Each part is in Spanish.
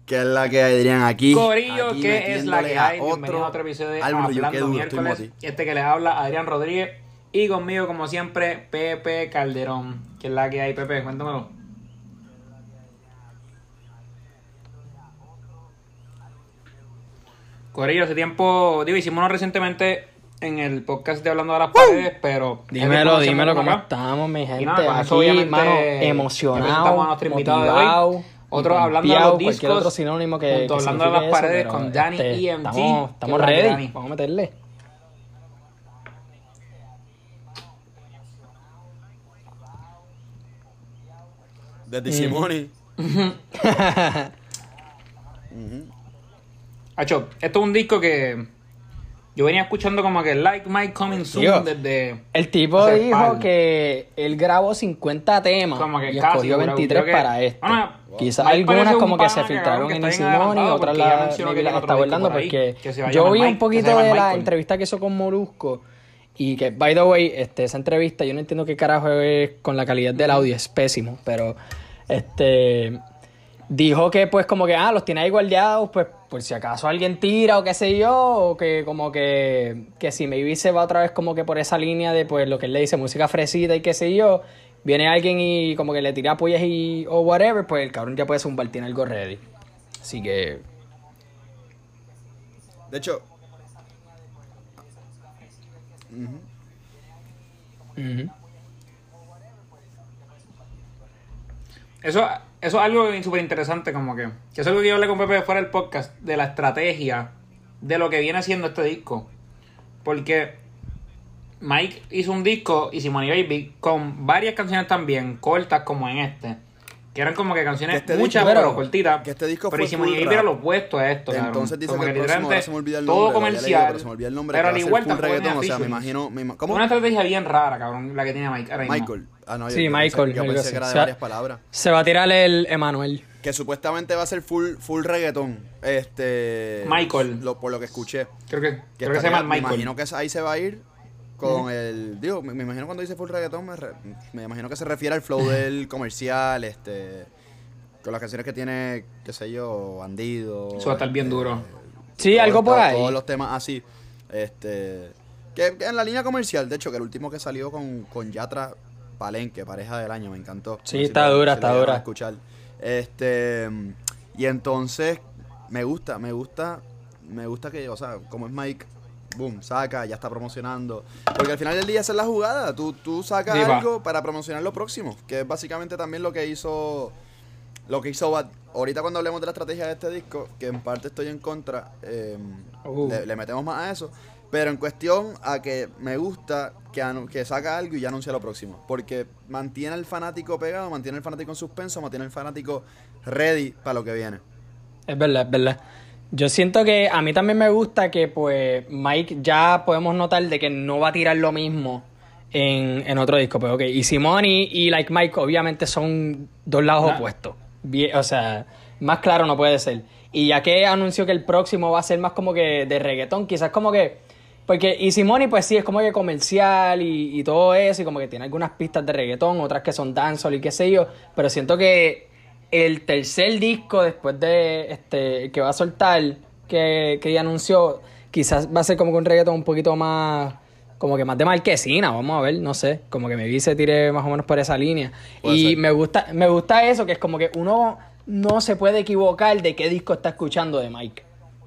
Que es la que dirían aquí. Corillo, aquí ¿qué es la que hay? Bienvenido a otro otro episodio de álbum review. Qué Hablando duro, Miércoles. Timothy. Este que les habla, Adrián Rodríguez. Y conmigo, como siempre, Pepe Calderón. ¿Qué es la que hay, Pepe? Cuéntamelo. Corillo, hace tiempo, digo, hicimos uno recientemente en el podcast de Hablando de las Paredes, pero... Dímelo, ¿cómo estamos, mi Y gente? nada, con eso Aquí, obviamente mano, presentamos a emocionado, nuestro invitado de hoy. motivado, Otros y hablando de pompeado, los cualquier discos, otro sinónimo que junto hablando de las signifique eso, paredes pero, con Dani EMT. Estamos ¿Qué es la que ready, Dani? vamos a meterle. Desde Simone. Acho, esto es un disco que yo venía escuchando como que Like Mike Coming Soon Tío, desde... El tipo hace dijo par. que él grabó 50 temas Como que y casi, escogió pero 23 creo que- para esto. Bueno, Quizás Mike algunas parece un como que se pana que, filtraron cabrón, en que está Easy bien Money, adelantado, otras porque ya las mencionó que maybe tiene las otro está disco guardando por ahí, porque que se va a yo llamar vi Mike, un que se poquito llama de la Michael. entrevista que hizo con Molusco y que, by the way, esa entrevista yo no entiendo qué carajo es con la calidad del audio, es pésimo, pero dijo que pues como que los tiene ahí guardados pues por si acaso alguien tira o qué sé yo, o que como que si maybe se va otra vez como que por esa línea de pues lo que él le dice música fresita y qué sé yo, viene alguien y como que le tira pollas y o whatever, pues el cabrón ya puede zumbar, tiene algo ready. Así que De hecho, ujú. Eso es algo súper interesante, como que es algo que yo hablé con Pepe fuera del podcast, de la estrategia de lo que viene haciendo este disco. Porque Mike hizo un disco y Simone Baby con varias canciones también cortas como en este. Que eran como que canciones Que este muchas disco- pero cortitas. que este disco pero fue Simone full Baby rap. era lo opuesto a esto, cabrón. Entonces dice Como que el próximo, literalmente ahora se me olvida el todo nombre, lo había comercial. leído, pero se me olvida el nombre, Pero que al va a ser igual full tampoco reggaetón, tenía o sea, me featuring. imagino, ¿cómo? Una estrategia bien rara, cabrón, la que tiene Mike ahora mismo. Michael. No, Sí, yo Michael, yo algo pensé así. que era de O sea, varias palabras. Se va a tirar el Emanuel. Que supuestamente va a ser full reggaetón. Michael. Por lo que escuché. Creo que se estaría- llama Me Michael. imagino que ahí se va a ir con el... Digo, me imagino cuando dice full reggaetón, me imagino que se refiere al flow del comercial, con las canciones que tiene, qué sé yo, Bandido. Eso va a estar bien duro. Sí, algo por ahí. Todos los temas así. Que en la línea comercial, de hecho, que el último que salió con Yatra, Palenque, pareja del año, me encantó. Sí, No sé está si dura, la está llegaron dura. a escuchar. Y entonces, me gusta que, o sea, como es Mike, boom, saca, ya está promocionando. Porque al final del día esa es la jugada. Tú sacas Sí, va. algo para promocionar lo próximo. Que es básicamente también lo que hizo Bad. Ahorita cuando hablemos de la estrategia de este disco, que en parte estoy en contra, le metemos más a eso. Pero en cuestión a que me gusta que saca algo y ya anuncia lo próximo. Porque mantiene al fanático pegado, mantiene al fanático en suspenso, mantiene al fanático ready para lo que viene. Es verdad, es verdad. Yo siento que a mí también me gusta que pues Mike ya podemos notar de que no va a tirar lo mismo en otro disco. Pues ok, y Simone y Like Mike obviamente son dos lados opuestos. O sea, más claro no puede ser. Y ya que anunció que el próximo va a ser más como que de reggaetón, quizás como que... Porque Easy Money pues sí es como que comercial y todo eso, y como que tiene algunas pistas de reggaetón, otras que son dancehall y qué sé yo, pero siento que el tercer disco después de que va a soltar, que ella anunció, quizás va a ser como que un reggaetón un poquito más, como que más de marquesina, vamos a ver, no sé, como que me vi se tire más o menos por esa línea. Puede Y ser. me gusta eso, que es como que uno no se puede equivocar de qué disco está escuchando de Mike.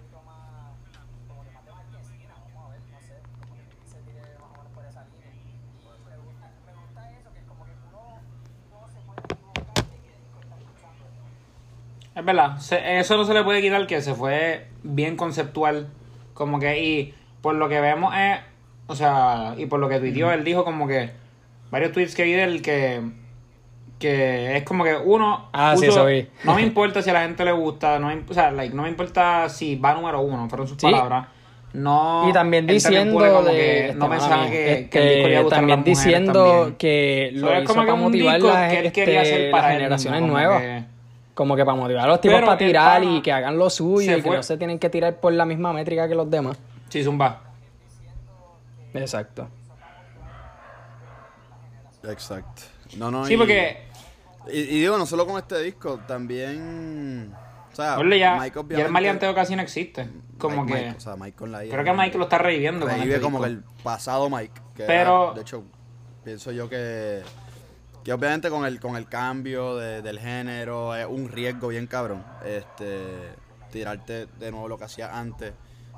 Es verdad, eso no se le puede quitar, que se fue bien conceptual, como que, y por lo que vemos es, o sea, y por lo que tuiteó, él dijo como que, varios tweets que vi de él que es como que uno Sí, eso vi. no me importa si a la gente le gusta, o sea, no me importa si va número uno, fueron sus Sí. palabras. No, Y también él diciendo pone como de que no pensaba que el disco le iba a gustar a también las mujeres diciendo también. que So, lo es hizo como que para un motivar disco las, que él quería hacer para las él generaciones mismo, nuevas. Como que para motivar a los tipos Pero para el tirar pana y que hagan lo suyo se y que fue. no se tienen que tirar por la misma métrica que los demás. Sí, zumba. Exacto. Exacto. No, Sí, porque Y digo, no solo con este disco, también O sea, Ponle ya, Mike ya el maleanteo casi no existe. Como Mike, que... o sea, Mike con la I. Creo que Mike lo está reviviendo. Revive con como que disco. el pasado Mike. Pero... de hecho, pienso yo que obviamente con el cambio del género es un riesgo bien cabrón. Tirarte de nuevo lo que hacía antes.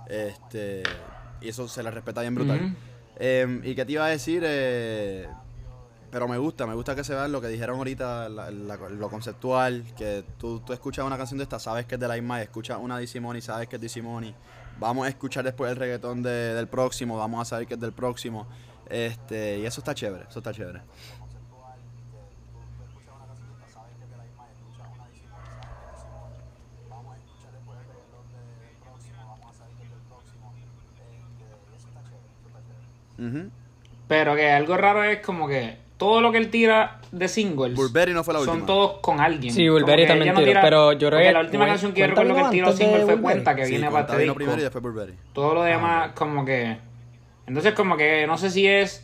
Y eso se le respeta bien brutal. ¿Y qué te iba a decir? Pero me gusta que se vean lo que dijeron ahorita, lo conceptual, que tú escuchas una canción de esta, sabes que es de la Isma, escuchas una de Simoni, sabes que es de Simoni. Vamos a escuchar después el reggaetón del próximo, vamos a saber que es del próximo. Y eso está chévere, eso está chévere. Pero que algo raro es como que todo lo que él tira de singles Burberry no fue la última. son todos con alguien. Sí, Burberry Como que también ella no tiró, pero yo creo que la última canción que yo recuerdo que él tiró single fue Cuenta, que viene para este disco. Primero y después Burberry. Todo lo demás como que... Entonces como que no sé si es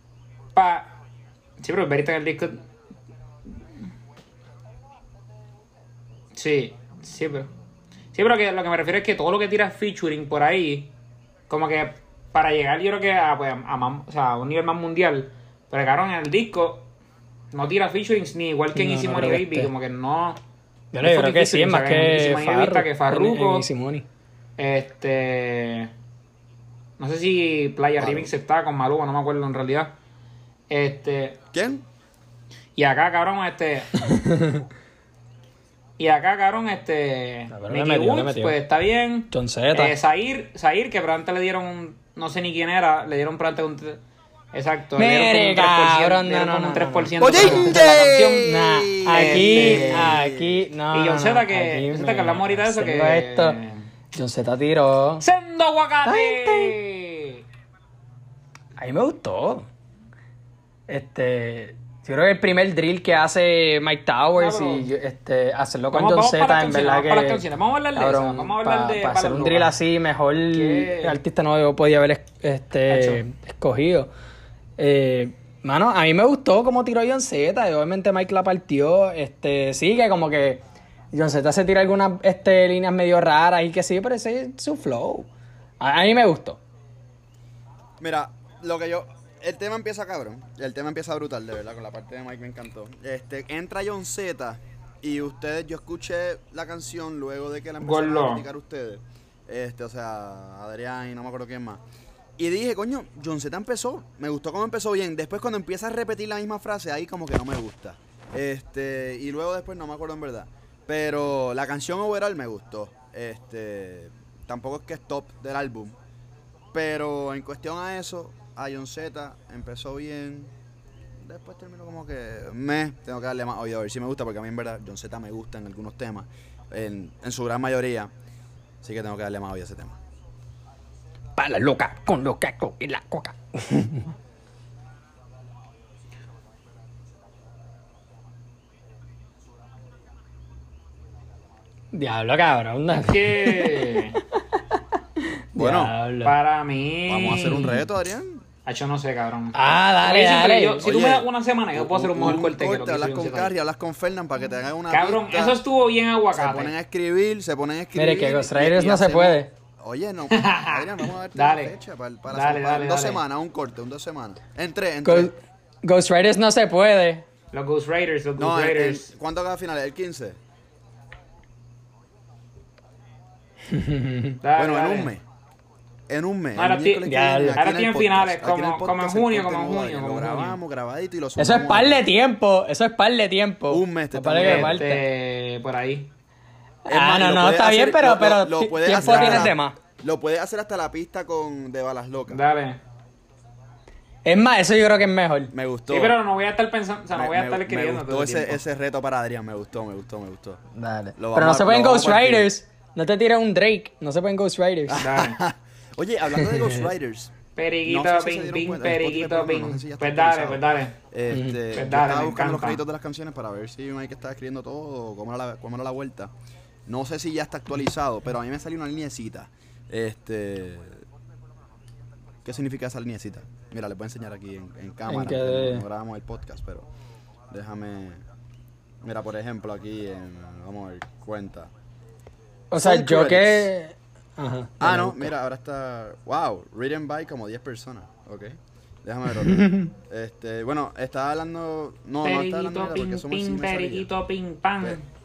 Sí, pero Burberry está en el disco... Sí, pero que lo que me refiero es que todo lo que tira featuring por ahí, como que para llegar yo creo que a un nivel más mundial, pero cabrón, en el disco no tira featurings ni igual que en Easy Money Baby, como que no... Yo creo que sí, es más que Farruko. Easy Money. No sé si Playa Remix está con Maluma, no me acuerdo en realidad. ¿Quién? Y acá, cabrón, Nicky Woods, pues está bien. John Z. Zair, que probablemente le dieron no sé ni quién era, le dieron probablemente un... Exacto, Mire, cabrón, no. un 3% ¡Oye! de la canción. Aquí, no. Y John Z, que hablamos ahorita de eso, que... John Z tiró. ¡Sendo aguacate! A mí me gustó. Yo creo que el primer drill que hace Mike Towers y hacerlo con John Z, en verdad que... Vamos a hablar de eso. Vamos a hablar de... Para hacer un drill así, mejor artista no podía haber escogido. Mano, a mí me gustó cómo tiró John Z. Y obviamente Mike la partió. Sí, que como que John Z se tira algunas líneas medio raras y que sí, pero ese es su flow. A mí me gustó. Mira, el tema empieza cabrón. El tema empieza brutal, de verdad. Con la parte de Mike me encantó. Entra John Z y yo escuché la canción luego de que la empezaron a criticar ustedes. O sea, Adrián y no me acuerdo quién más. Y dije, coño, John Z empezó. Me gustó cómo empezó bien. Después cuando empieza a repetir la misma frase, ahí como que no me gusta. Y luego después no me acuerdo en verdad. Pero la canción overall me gustó. Tampoco es que es top del álbum. Pero en cuestión a eso, a John Z empezó bien. Después terminó como que tengo que darle más oído a ver si me gusta, porque a mí en verdad John Z me gusta en algunos temas, en su gran mayoría. Así que tengo que darle más oído a ese tema. Para la loca, con loca y la coca. Diablo, cabrón. ¿Qué? Bueno, Diablo. Para mí... Vamos a hacer un reto, Adrián. Yo no sé, cabrón. Dale. Si tú me das una semana, yo puedo hacer un mejor corte que lo que hablas hizo con John Z. Carrie, hablas con Fernan para que te hagan una Cabrón, pista. eso estuvo bien aguacate. Se ponen a escribir. Mire, que Ghost Riders no se puede. Oye, no, Adrián, vamos a ver la fecha para 2 semanas, un corte, 2 semanas. En 3. Ghost Riders no se puede. Los Ghost Raiders. ¿Cuánto cada final? ¿El 15? Bueno, en un mes. Ahora tienen finales, como en junio. Lo grabamos, grabadito y lo subimos. Eso es par de tiempo. Un mes te por ahí. No, está bien, pero tiempo tienes de más. Lo puedes hacer hasta la pista de Balas Locas. Dale. Es más, eso yo creo que es mejor. Me gustó. Sí, pero no voy a estar pensando, o sea, no voy a estar escribiendo. Me gustó ese reto para Adrián, me gustó. Dale. Pero no se pueden Ghost Riders. No te tiras un Drake. No se pueden Ghost Riders. Dale. Oye, hablando de Ghost Riders. Periquito, periquito, Pues dale. Yo estaba buscando los créditos de las canciones para ver si Mike estaba escribiendo todo o cómo era la vuelta. No sé si ya está actualizado, pero a mí me salió una lineecita. ¿Qué significa esa lineecita? Mira, les voy a enseñar aquí en cámara. No grabamos el podcast, pero déjame... Mira, por ejemplo, aquí vamos a ver, cuenta. O sea, Full yo credits. que... Ajá. Ah, no, mira, ahora está... Wow, written by como 10 personas. Ok. Déjame ver otro. Bueno, estaba hablando... No estaba hablando Periquito, porque ping, eso sí ping, me salía. periquito, ping, pan.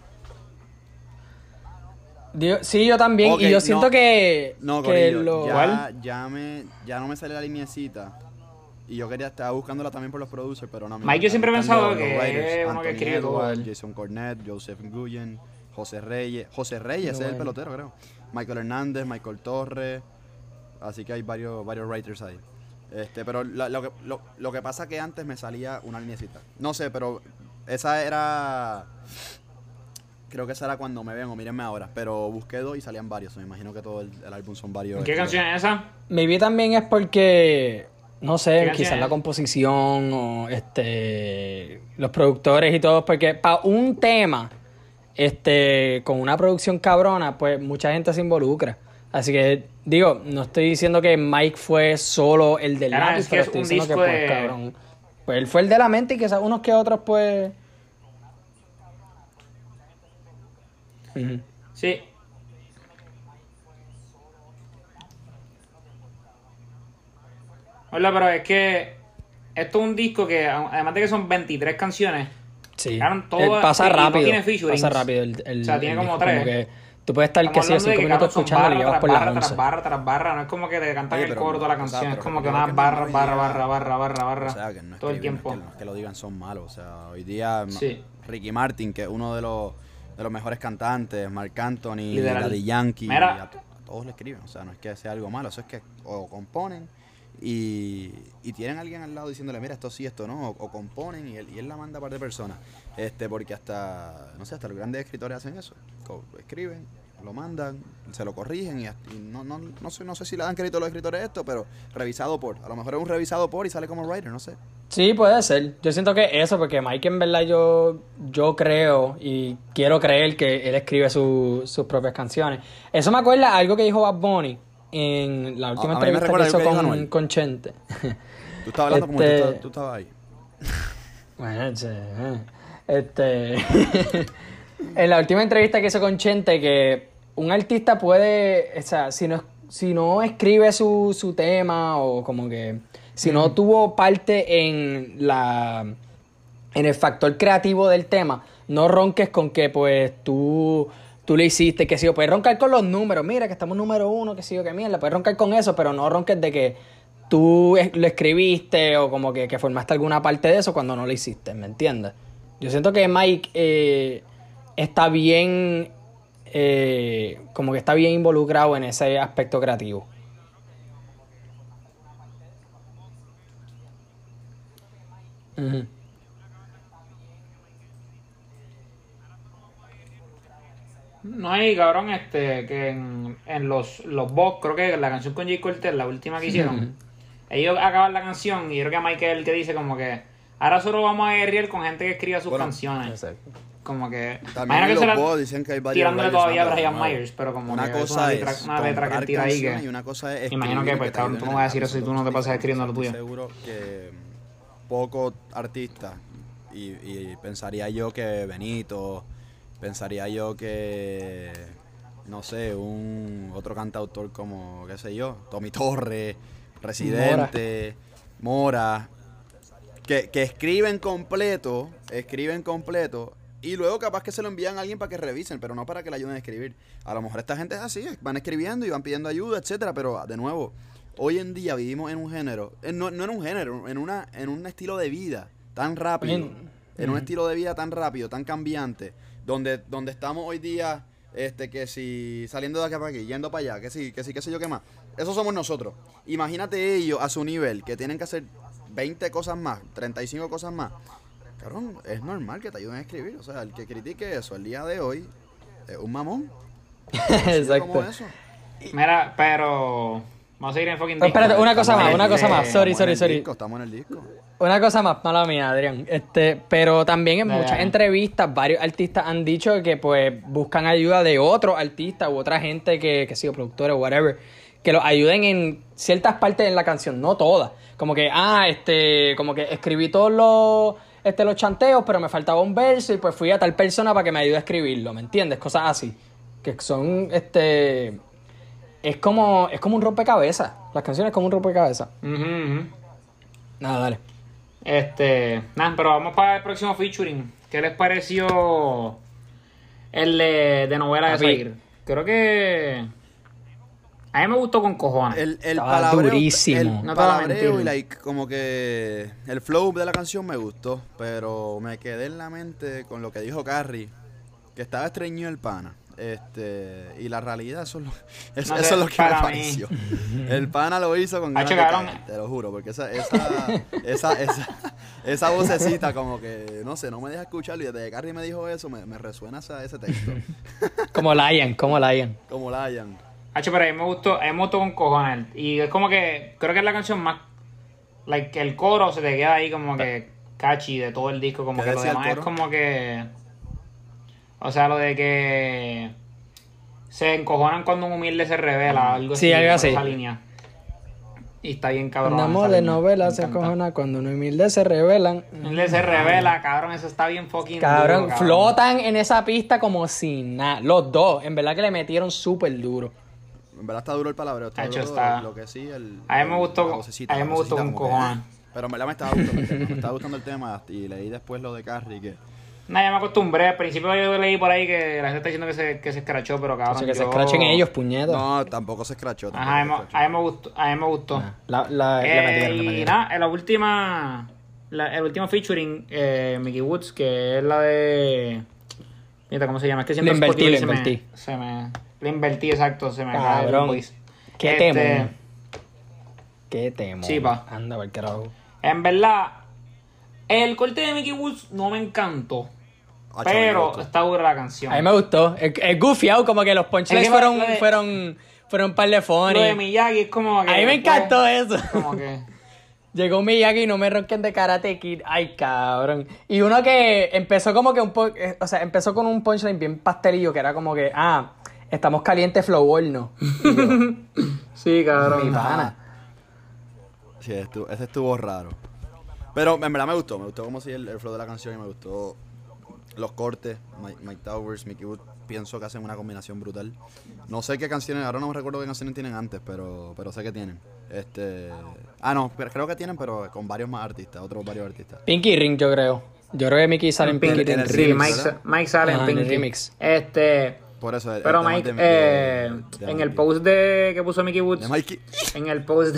Sí, yo también. Ok, y yo siento que... No, que Corillo, lo... ya no me sale la liniecita. Y yo estaba buscándola también por los producers, pero no. Mike, yo siempre he están pensado los que writers, es uno que Anthony escribe todo. Edwards, Jason Cornett, Joseph Nguyen, José Reyes. José Reyes ese es el pelotero, creo. Michael Hernández, Michael Torres. Así que hay varios writers ahí. Pero lo que pasa que antes me salía una linecita. No sé, pero esa era... Creo que esa era cuando me ven o mírenme ahora. Pero busqué dos y salían varios. Me imagino que todo el álbum son varios. ¿Qué canción es esa? Maybe también es porque, no sé, ¿Qué quizás canción la es? composición o los productores y todo, porque para un tema, con una producción cabrona, pues mucha gente se involucra. Así que, digo, no estoy diciendo que Mike fue solo el del Claro, lápiz, es que pero es estoy un diciendo que, disco pues, de- cabrón, pues él fue el de la mente y quizás unos que otros, pues... Ujú. Sí. Hola, pero es que esto es un disco que, además de que son 23 canciones, Sí, Eran todas- pasa y no rápido, tiene featurings. pasa rápido o O sea, tiene como disco, tres. que tú puedes estar, estamos qué sé yo, hablando de 5 que minutos cabrón, son escuchando y barra llevas tras por las barra 11. tras barra tras barra. No es como que te cantan Oye, el pero, coro toda la o sea, canción. Es pero como que creo una que barra, hoy barra, día- Ah. O sea, que no todo el escriben, tiempo. no es que lo digan son malos. O sea, hoy día Sí. Ricky Martin, que es uno de los mejores cantantes, Marc Anthony, Literal. Daddy Yankee, Mira. a todos le escriben. O sea, no es que sea algo malo, eso es que o componen y tienen a alguien al lado diciéndole, mira, esto sí, esto no, o componen y él la manda a par de personas. Porque hasta, no sé, hasta los grandes escritores hacen eso. Escriben, lo mandan, se lo corrigen y no sé si le dan crédito a los escritores esto, pero revisado por. A lo mejor es un revisado por y sale como writer, no sé. Sí, puede ser. Yo siento que eso, porque Mike en verdad yo creo y quiero creer que él escribe sus propias canciones. Eso me acuerda algo que dijo Bad Bunny en la última A mí me entrevista que recuerda hizo algo que dijo con, Anuel. con Chente. Tú estabas hablando como tú estabas ahí. Bueno, en la última entrevista que hizo con Chente, que un artista puede, o sea, si no escribe su tema o como que si no tuvo parte en el factor creativo del tema, no ronques con que pues tú le hiciste, que sí, o puedes roncar con los números, mira que estamos número 1, que sí o que mierda, puedes roncar con eso, pero no ronques de que tú lo escribiste o como que formaste alguna parte de eso cuando no lo hiciste, ¿me entiendes? Yo siento que Mike está bien, como que está bien involucrado en ese aspecto creativo. Ujú. No hay, cabrón, que en los box, creo que la canción con J. Cortez, la última que hicieron, ellos acaban la canción y yo creo que Mike es el que dice como que ahora solo vamos a guerrear con gente que escriba sus canciones. Exacto. Como que... También imagino en que los se la- bots dicen que hay varios tirándole writers, todavía a ¿no? Brian Pero, Myers, pero como una que cosa es es una letra que comprar tira ahí canciones que... y una cosa es Imagino que, escribir pues, te cabrón, ayuden tú no en vas a el decir eso lápiz, si tú son no te dos pasas distintas escribiendo lo cosas. tuyo. Estoy seguro que pocos artistas y pensaría yo que Benito, pensaría yo que no sé, otro cantautor como, qué sé yo, Tommy Torres, Residente, Mora, que escriben completo y luego capaz que se lo envían a alguien para que revisen, pero no para que le ayuden a escribir. A lo mejor esta gente es así, van escribiendo y van pidiendo ayuda, etcétera, pero de nuevo, hoy en día vivimos en un género, no en un género, en un estilo de vida tan rápido, en un estilo de vida tan rápido, tan cambiante, donde estamos hoy día, que si saliendo de acá para aquí, yendo para allá, que sí, qué sé yo qué más. Eso somos nosotros. Imagínate ellos a su nivel, que tienen que hacer 20 cosas más, 35 cosas más. Cabrón, es normal que te ayuden a escribir. O sea, el que critique eso el día de hoy es un mamón. Exacto. Como eso. Mira, pero... Vamos a seguir en fucking Pero disco. espérate, una cosa más, una cosa más. Sorry. Estamos en el disco. Una cosa más, mala mía, Adrián. Pero también en Dale, muchas dale. entrevistas, varios artistas han dicho que pues buscan ayuda de otros artistas u otra gente que sido productores o whatever, que los ayuden en ciertas partes en la canción, no todas. Como que, como que escribí todos los chanteos, pero me faltaba un verso y pues fui a tal persona para que me ayude a escribirlo, ¿me entiendes? Cosas así. que son, es como un rompecabezas. Las canciones como un rompecabezas. Nada, dale. Nada, pero vamos para el próximo featuring. ¿Qué les pareció el de novela de Zaire? Creo que a mí me gustó con cojones. El palabreo, durísimo. El palabreo y como que el flow de la canción me gustó, pero me quedé en la mente con lo que dijo Carrie, que estaba estreñido el pana. Y la realidad, eso es lo que me pareció. El pana lo hizo con ganas de caer, te lo juro, porque esa vocecita como que, no sé, no me deja escucharlo, y desde que Carrie me dijo eso, me resuena ese texto. Como Lion. Como Lion. Pero a mí me gustó con cojones. Y es como que, creo que es la canción más, like, el coro se te queda ahí como que catchy de todo el disco, como que lo demás es como que... O sea, lo de que se encojonan cuando un humilde se revela, algo así. Sí, algo así. Esa línea. Y está bien cabrón. Un amor de novela se encojona cuando un humilde se revelan. Humilde se revela, cabrón, eso está bien fucking cabrón, duro, flotan en esa pista como si nada. Los dos, en verdad que le metieron súper duro. En verdad está duro el palabreo, lo que sí, a mí me gustó con cojones. Pero en verdad me estaba gustando el tema, y leí después lo de Carrie que... Ya me acostumbré. Al principio yo leí por ahí que la gente está diciendo que se escrachó, pero cabrón. O sea, que se escrachen ellos, puñetas. No, tampoco se escrachó. Ajá, a mí me gustó. Y nada, en el último featuring, Mickey Woods, que es la de... Mira, ¿cómo se llama? Es que siempre le invertí. Le invertí, exacto. Se me cae el voice. Qué temo. Sí, pa. Anda, por carajo. En verdad, el corte de Mickey Woods no me encantó. Pero está dura la canción. A mí me gustó. Es gufiado, como que los punchlines fueron un par de funny. Lo de Miyagi es como que... A mí me encantó eso. Como que... Llegó Miyagi y no me ronquen de Karate Kid. Ay, cabrón. Y uno que empezó como que empezó con un punchline bien pastelillo, que era como que, estamos calientes flow horno. Sí, cabrón. Mi pana. Sí, ese estuvo raro. Pero en verdad me gustó como si el flow de la canción, y me gustó los cortes. Mike Towers, Mickey Wood, pienso que hacen una combinación brutal. No sé qué canciones, ahora no me recuerdo qué canciones tienen antes, pero sé que tienen. No, creo que tienen, pero con varios más artistas, varios artistas. Pinky Ring, yo creo. Yo creo que Mickey sale en Pinky Ring. Sí, Mike sale en Pinky remix. Por eso, pero Mike, en el post que puso Mickey Woods, en el post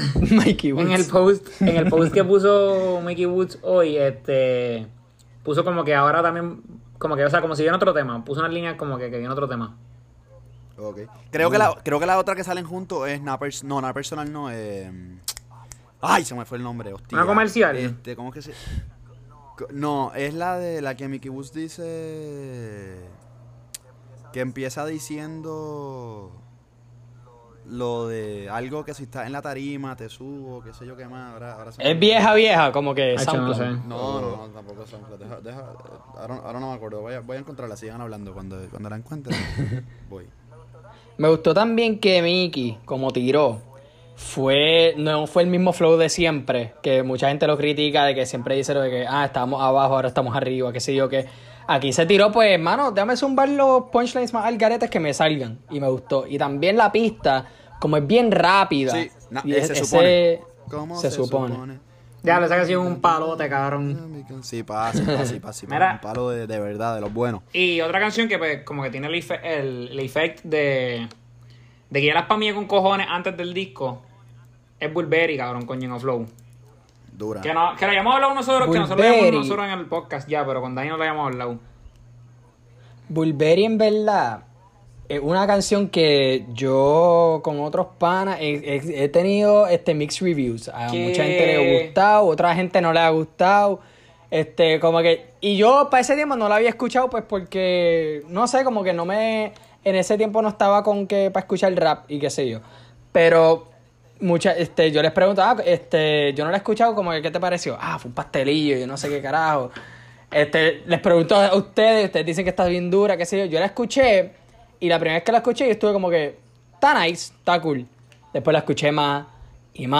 que puso Mickey Woods hoy, puso como que ahora también, como que, o sea, como si viene otro tema, puso unas líneas como que viene otro tema. Okay. Creo que la otra que salen juntos es Nada Personal, no. Ay, se me fue el nombre, hostia. ¿Una comercial? ¿Cómo es que se...? No, es la de la que Mickey Woods dice... Que empieza diciendo... Lo de algo que si estás en la tarima te subo, qué sé yo qué más. Ahora es vieja, como que SoundCloud. No, tampoco es SoundCloud. Ahora no me acuerdo. Voy a encontrarla, sigan hablando. Cuando la encuentre, voy. Me gustó también que Mickey, como tiró, no fue el mismo flow de siempre, que mucha gente lo critica, de que siempre dice lo de que estábamos abajo, ahora estamos arriba, qué sé yo qué. Aquí se tiró, pues, hermano, déjame zumbar los punchlines más algaretes que me salgan. Y me gustó. Y también la pista, como es bien rápida. Sí, se supone. ¿Cómo se supone? Ya, le saca así un palote, cabrón. Sí, pasa. Mira, un palo de verdad, de los buenos. Y otra canción que, pues, como que tiene el efecto de que ya las spamé con cojones antes del disco, es Burberry, cabrón, con Gen of Flow. Dura. Que la hayamos hablado nosotros, que nosotros lo hayamos nosotros en el podcast ya, pero con Dani no lo hayamos hablado. Burberry, en verdad, es una canción que yo con otros panas he tenido mixed reviews. A mucha gente le ha gustado, otra gente no le ha gustado. Como que... Y yo para ese tiempo no la había escuchado, pues porque, no sé, como que no me... En ese tiempo no estaba con que para escuchar rap y qué sé yo. Pero... yo les pregunto, yo no la he escuchado, como que, ¿qué te pareció? Fue un pastelillo, yo no sé qué carajo. Les pregunto a ustedes dicen que está bien dura, qué sé yo. Yo la escuché, y la primera vez que la escuché, yo estuve como que, está nice, está cool. Después la escuché más, y más,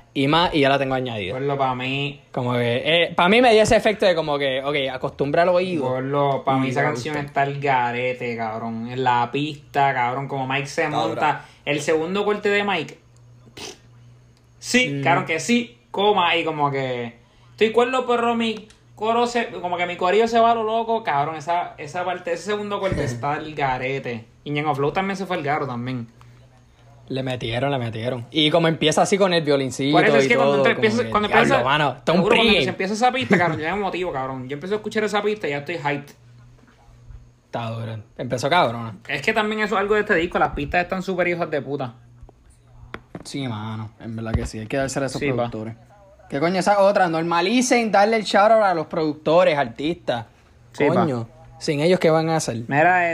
y más, y ya la tengo añadida. Gordo, para mí... Como que, para mí me dio ese efecto de como que, ok, acostumbra al oído. Gordo, para mí esa canción está al garete, cabrón. En la pista, cabrón, como Mike se monta. El segundo corte de Mike. Sí, cabrón, que sí, coma, y como que... Estoy cuerdo, pero mi coro como que mi corillo se va a lo loco, cabrón. Esa parte, ese segundo corte está al garete. Y Ñengo Flow también se fue al garo también. Le metieron. Y como empieza así con el violincito Por eso es y que todo, cuando empieza mano, está un cuando pregame. se empieza esa pista, cabrón, yo me motivo, cabrón. Yo empiezo a escuchar esa pista y ya estoy hyped. Está duro. Empezó cabrón. Es que también eso es algo de este disco, las pistas están súper hijos de puta. Sí, mano, en verdad que sí, hay que dársela a esos productores. ¿Qué coño esa otra? Normalicen darle el shoutout a los productores, artistas. Sí, coño, sin ellos, ¿qué van a hacer? Mira,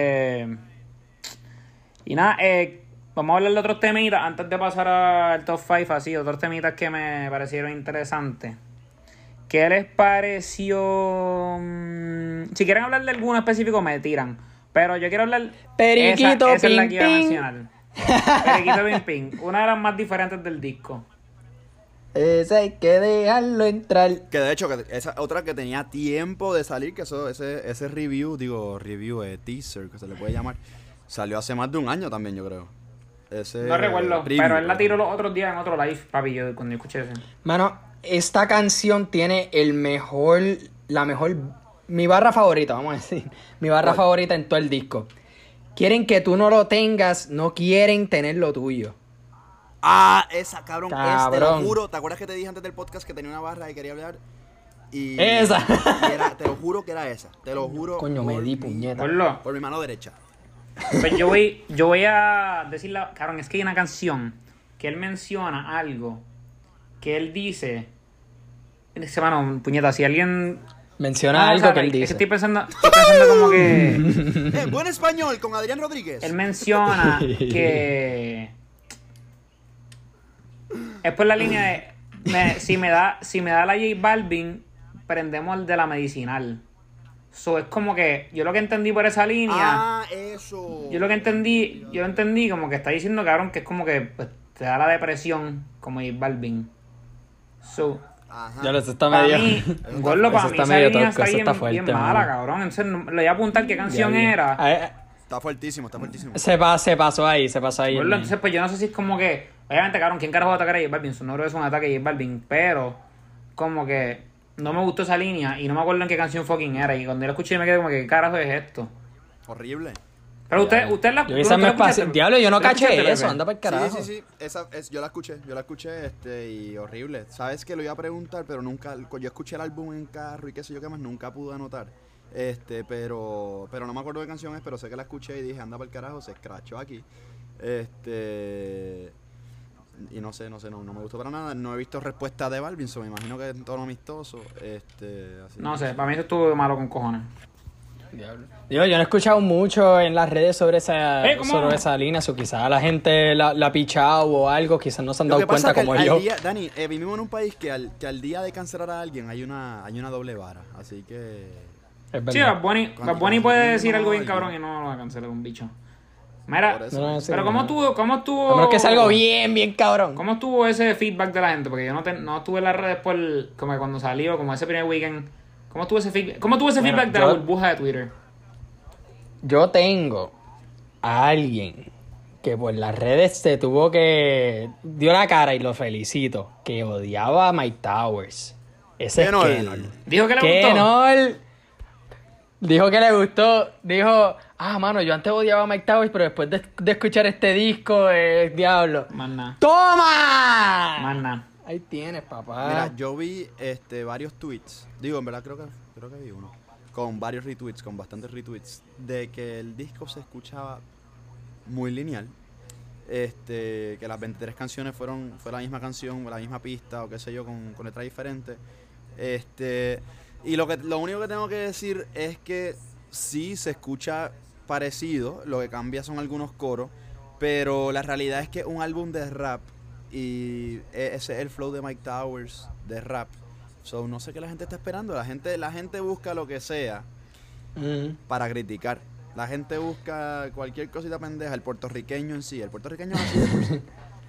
y nada, vamos a hablar de otros temitas antes de pasar al top 5, así, otros temitas que me parecieron interesantes. ¿Qué les pareció? Si quieren hablar de alguno específico, me tiran. Pero yo quiero hablar... Periquito, esa es la ping, que iba a ping. mencionar. Periquito, ping, ping. Una de las más diferentes del disco. Ese hay que dejarlo entrar. Que de hecho, que esa otra que tenía tiempo de salir, que ese review, teaser, que se le puede llamar, salió hace más de un año también, yo creo. No recuerdo, pero él la tiró los otros días en otro live, papi, yo cuando escuché ese. Mano, esta canción tiene mi barra favorita, vamos a decir. Mi barra favorita en todo el disco. Quieren que tú no lo tengas, no quieren tener lo tuyo. Ah, esa, cabrón. Te lo juro. ¿Te acuerdas que te dije antes del podcast que tenía una barra y quería hablar? Y esa. Te lo juro que era esa. Te lo juro. Coño, me di puñeta. Por mi mano derecha. Pues yo voy a decirle, cabrón, es que hay una canción que él menciona algo que él dice. Mano, puñeta, si alguien menciona algo que él dice. Estoy pensando como que... Buen español con Adrián Rodríguez. Él menciona que... Es por la línea de... si me da la J Balvin, prendemos el de la medicinal. So, es como que... Yo lo que entendí por esa línea... Ah, eso. Yo lo entendí como que está diciendo, cabrón, que es como que pues, te da la depresión como J Balvin. So... Ajá. Ya lo está medio. Para mí esa línea está bien mala, cabrón. Entonces le voy a apuntar qué canción era. Está fuertísimo. Se pasó ahí. Gordo, entonces, pues yo no sé si es como que. Obviamente, cabrón, ¿quién carajo va a atacar a J Balvin? Su nombre es un ataque a J Balvin. Pero, como que no me gustó esa línea y no me acuerdo en qué canción fucking era. Y cuando yo la escuché me quedé como que, ¿qué carajo es esto? Horrible. Pero usted la Diablo, yo no caché eso, anda para el carajo. Sí. Yo la escuché y horrible. Sabes que lo iba a preguntar, pero nunca, yo escuché el álbum en carro y qué sé yo qué más, nunca pude anotar. Pero no me acuerdo de canción es, pero sé que la escuché y dije, anda para el carajo, se escrachó aquí. Y no me gustó para nada. No he visto respuesta de Balvin, me imagino que es en tono amistoso. Así no sé, para mí eso estuvo malo con cojones. Yo no he escuchado mucho en las redes sobre esa línea, o quizás la gente la ha pichado o algo, quizás no se han dado cuenta como yo. Dani, vivimos en un país que al día de cancelar a alguien hay una doble vara, así que... Sí, Bad Bunny puede decir algo bien cabrón y no lo va a cancelar un bicho. Mira, pero ¿cómo estuvo? Pero es que es algo bien cabrón. ¿Cómo estuvo ese feedback de la gente? Porque yo no estuve en las redes como cuando salió, como ese primer weekend. ¿Cómo tuvo ese feedback de la burbuja de Twitter? Yo tengo a alguien que por las redes se dio la cara y lo felicito, que odiaba a Mike Towers. Ese es Kenol. Dijo que le gustó. Dijo que le gustó. Dijo, mano, yo antes odiaba a Mike Towers, pero después de escuchar este disco, diablo. Manna. ¡Toma! Manna. Ahí tienes, papá. Mira, yo vi varios tweets. Digo, en verdad creo que vi uno. Con varios retweets, con bastantes retweets. De que el disco se escuchaba muy lineal. Que las 23 canciones fue la misma canción, la misma pista, o qué sé yo, con letra diferente. Y lo único que tengo que decir es que sí se escucha parecido. Lo que cambia son algunos coros. Pero la realidad es que un álbum de rap. Y ese es el flow de Mike Towers de rap. So, no sé qué la gente está esperando. La gente busca lo que sea para criticar. La gente busca cualquier cosita pendeja. El puertorriqueño en sí. El puertorriqueño así de por sí.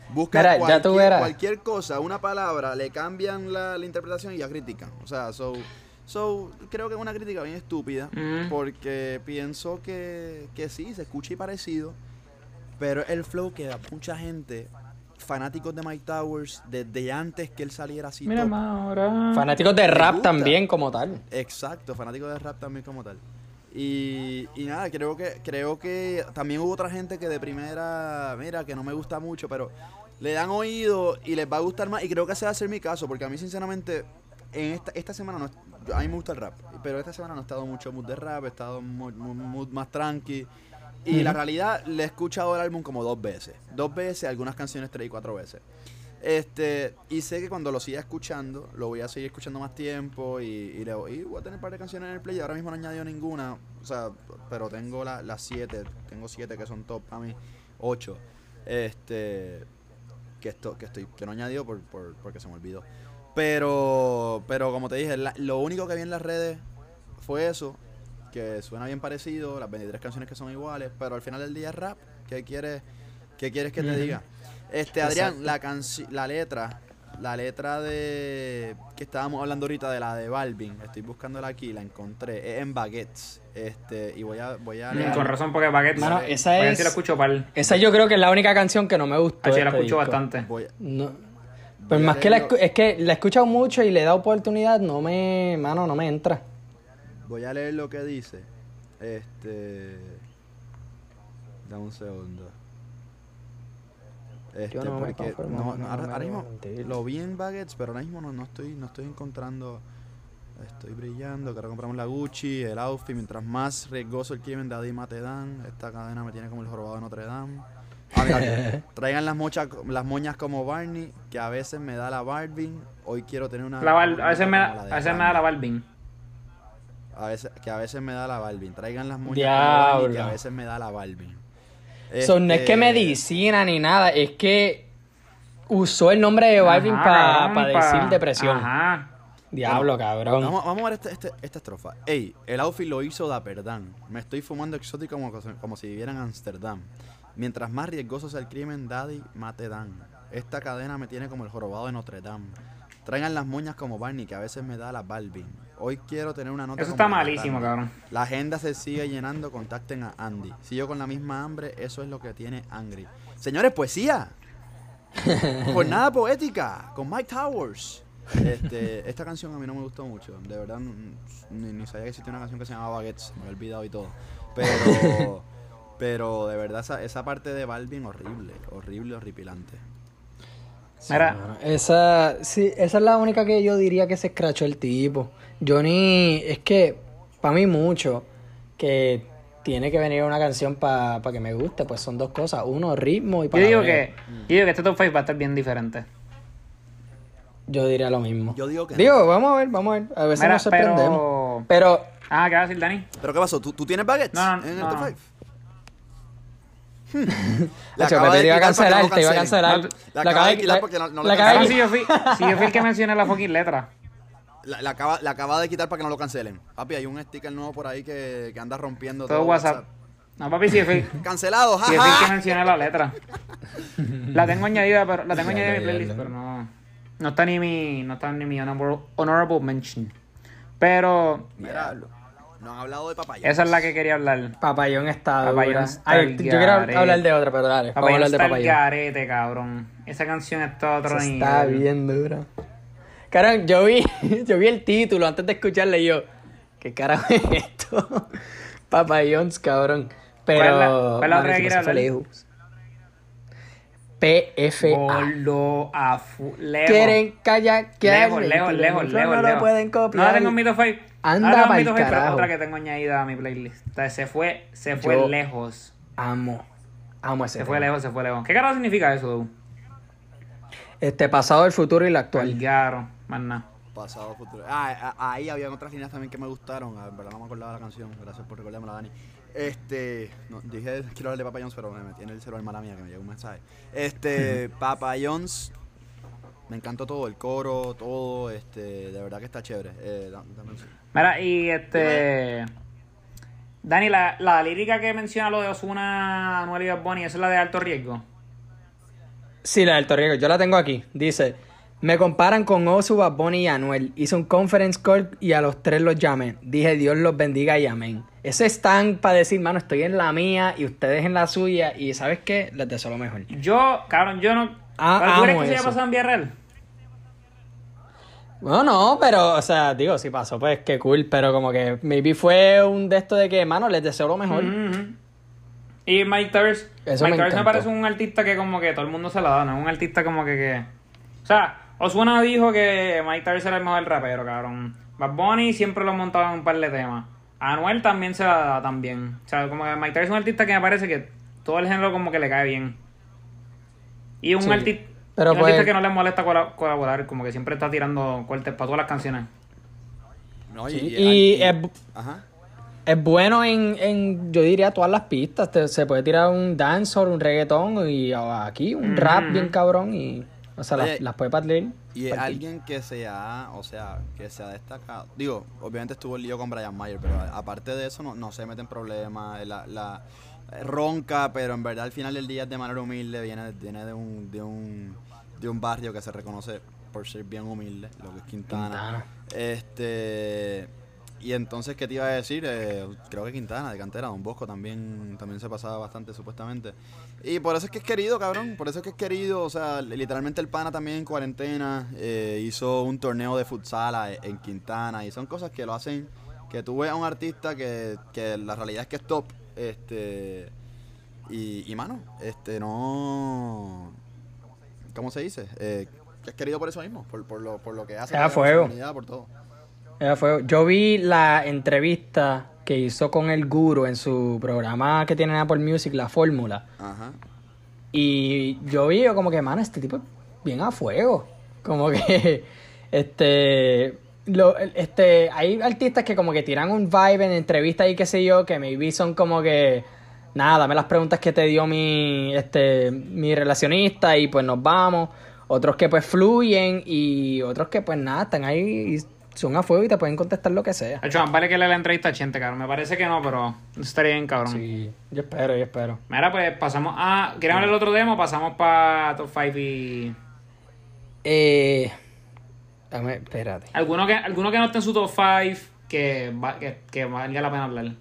Busca Mira, ya tú verás. cualquier cosa, una palabra, le cambian la interpretación y ya critican. O sea, creo que es una crítica bien estúpida, porque pienso que sí, se escucha y parecido, pero el flow que da mucha gente, fanáticos de Mike Towers, desde antes que él saliera así. Mira, ahora. Fanáticos de rap gusta. también como tal. Exacto, fanáticos de rap también como tal. Y nada, creo que también hubo otra gente que de primera, mira, que no me gusta mucho, pero le dan oído y les va a gustar más. Y creo que ese va a ser mi caso, porque a mí sinceramente, en esta semana, a mí me gusta el rap, pero esta semana no he estado mucho mood de rap, he estado mood más tranqui. Y la realidad, le he escuchado el álbum como 2 veces. 2 veces, algunas canciones 3 y 4 veces. Y sé que cuando lo siga escuchando, lo voy a seguir escuchando más tiempo y voy a tener un par de canciones en el play. Ahora mismo no he añadido ninguna, o sea, pero tengo las 7, tengo 7 que son top para mí, 8, que no he añadido porque se me olvidó. Pero como te dije, lo único que vi en las redes fue eso, que suena bien parecido, las 23 canciones que son iguales, pero al final del día es rap. ¿Qué quieres que te diga? Adrián, la letra de que estábamos hablando ahorita, de la de Balvin, estoy buscándola aquí, la encontré, es en Baguettes, y voy a leer. Con razón, porque Baguettes, mano, esa es, sí la escucho esa yo creo que es la única canción que no me gustó. Sí, la escucho bastante. Pues más que es que la he escuchado mucho y le he dado oportunidad, no me entra. Voy a leer lo que dice. Dame un segundo. Porque ahora mismo lo vi en Baguettes, pero ahora mismo no estoy encontrando. Estoy brillando, quiero comprarme la Gucci, el outfit. Mientras más riesgoso el crimen, Daddy Mate Dan. Esta cadena me tiene como el jorobado de Notre Dame. Mira, traigan las moñas como Barney, que a veces me da la Balvin. Hoy quiero tener una. A veces me da la Balvin. A veces me da la Balvin. Traigan las moñas Diablo. como Barney, que a veces me da la Balvin. No es que medicina ni nada, es que usó el nombre de Balvin para decir depresión. Ajá. Diablo, cabrón. Vamos a ver esta estrofa. Ey, el outfit lo hizo da perdán. Me estoy fumando exótico como si viviera en Amsterdam. Mientras más riesgoso sea el crimen, Daddy Mate Dan. Esta cadena me tiene como el jorobado de Notre Dame. Traigan las moñas como Barney, que a veces me da la Balvin. Hoy quiero tener una nota. Eso está malísimo, cabrón. La agenda se sigue llenando, contacten a Andy. Sigo con la misma hambre, eso es lo que tiene Angry. Señores, poesía. Jornada poética con Mike Towers. Esta canción a mí no me gustó mucho. De verdad, ni sabía que existía una canción que se llamaba Baguettes. Me había olvidado y todo. Pero de verdad, esa parte de Balvin, horripilante. Mira, esa es la única que yo diría que se escrachó el tipo. Es que para mí mucho que tiene que venir una canción para que me guste, pues son 2 cosas, uno ritmo y para. Yo digo que este top 5 va a estar bien diferente. Yo diría lo mismo. Yo digo que vamos a ver, a veces nos sorprendemos. Pero ¿qué va a decir Dani? ¿Pero qué pasó? ¿Tú tienes Baguettes en el top 5? te iba a cancelar. La acaba de quitar porque no la cancelen. Si yo fui el que mencioné la fucking letra. La acaba de quitar para que no lo cancelen. Papi, hay un sticker nuevo por ahí que anda rompiendo todo WhatsApp. No, papi, sí, fui. Cancelado, jaja. Sí, fui el que mencioné la letra. La tengo añadida, pero en mi playlist, pero no está ni mi honorable mention. Pero no han hablado de Papayón. Esa es la que quería hablar. Papayón está Papayón dura. Yo quiero hablar de otra, pero dale. Papayón vamos a hablar de está Papayón. el garete, cabrón. Esa canción está a otro nivel. Está bien dura. Cabrón, yo vi el título antes de escucharle y yo, ¿qué carajo es esto? Papayons, cabrón. Pero ¿Cuál es la otra que quiere hablar? PFA. Gordo, lejos. Quieren callar, lejos. No lo pueden copiar. No la tengo en mi top 5. Anda pa'l pero carajo. otra que tengo añadida a mi playlist. O sea, se fue lejos. Amo ese Se fue lejos. ¿Qué carajo significa eso, pasado, el futuro y el actual. Claro, más nada. Pasado, futuro. Ahí habían otras líneas también que me gustaron. En verdad no me acordaba de la canción. Gracias por recordármela, Dani. Dije quiero hablar de Papa John's, pero me metí en el celular, mala mía, que me llegó un mensaje. Papa John's, me encantó todo, el coro, todo, de verdad que está chévere. Mira, y Dani, la lírica que menciona lo de Ozuna, Anuel y Bad Bunny, ¿esa es la de Alto Riesgo? Sí, la del Torriego, yo la tengo aquí. Dice, me comparan con Ozzy, Bad Bunny y Anuel. Hice un conference call y a los tres los llamé. Dije, Dios los bendiga y amén. Ese es tan para decir, mano, estoy en la mía y ustedes en la suya. Y ¿sabes qué? Les deseo lo mejor. Yo, cabrón, yo no... ¿Tú crees que se haya pasado en Villarreal? Bueno, no, pero, o sea, digo, si pasó, pues qué cool. Pero como que maybe fue un de esto de que, mano, les deseo lo mejor. Y Mike Towers. Eso Mike Towers me encantó. parece un artista que como que todo el mundo se la da, ¿no? Un artista como que... O sea, Ozuna dijo que Mike Towers era el mejor rapero, cabrón. Bad Bunny siempre lo ha montado en un par de temas. Anuel también se la da también. O sea, como que Mike Towers es un artista que me parece que todo el género como que le cae bien. Y un artista... Pero un pues, artista que no le molesta colaborar, como que siempre está tirando cortes para todas las canciones. No, sí, ajá. es bueno yo diría, todas las pistas. Se puede tirar un dancehall, un reggaetón y aquí un rap bien cabrón y... O sea, Oye, las puede partir. Y es alguien que se ha destacado. Digo, obviamente estuvo el lío con Brian Mayer, pero aparte de eso no se mete en problemas. La ronca, pero en verdad al final del día es de manera humilde, viene de un barrio que se reconoce por ser bien humilde, lo que es Quintana. Y entonces, ¿qué te iba a decir? Creo que Quintana, de cantera, Don Bosco también se pasaba bastante, supuestamente. Y por eso es que es querido, cabrón. Por eso es que es querido. O sea, literalmente el pana también en cuarentena hizo un torneo de futsal en Quintana. Y son cosas que lo hacen, que tú ves a un artista que la realidad es que es top. Y mano, no... ¿Cómo se dice? Que es querido por eso mismo, por lo que hace. Por su comunidad, por todo. Yo vi la entrevista que hizo con el Guru en su programa que tiene en Apple Music, La Fórmula. Ajá. Y yo vi como que, mano, este tipo es bien a fuego. Como que, hay artistas que como que tiran un vibe en entrevistas y qué sé yo, que maybe son como que, nada, dame las preguntas que te dio mi relacionista y pues nos vamos. Otros que pues fluyen y otros que pues nada, están ahí y son a fuego y te pueden contestar lo que sea. De hecho, vale que le la entrevista a Chente, cabrón. Me parece que no, pero estaría bien, cabrón. Sí, yo espero. Mira, pues pasamos a... ¿Quieres hablar del otro demo? Pasamos para Top 5 y... Espérate. ¿Alguno que no esté en su Top 5 que valga la pena hablar?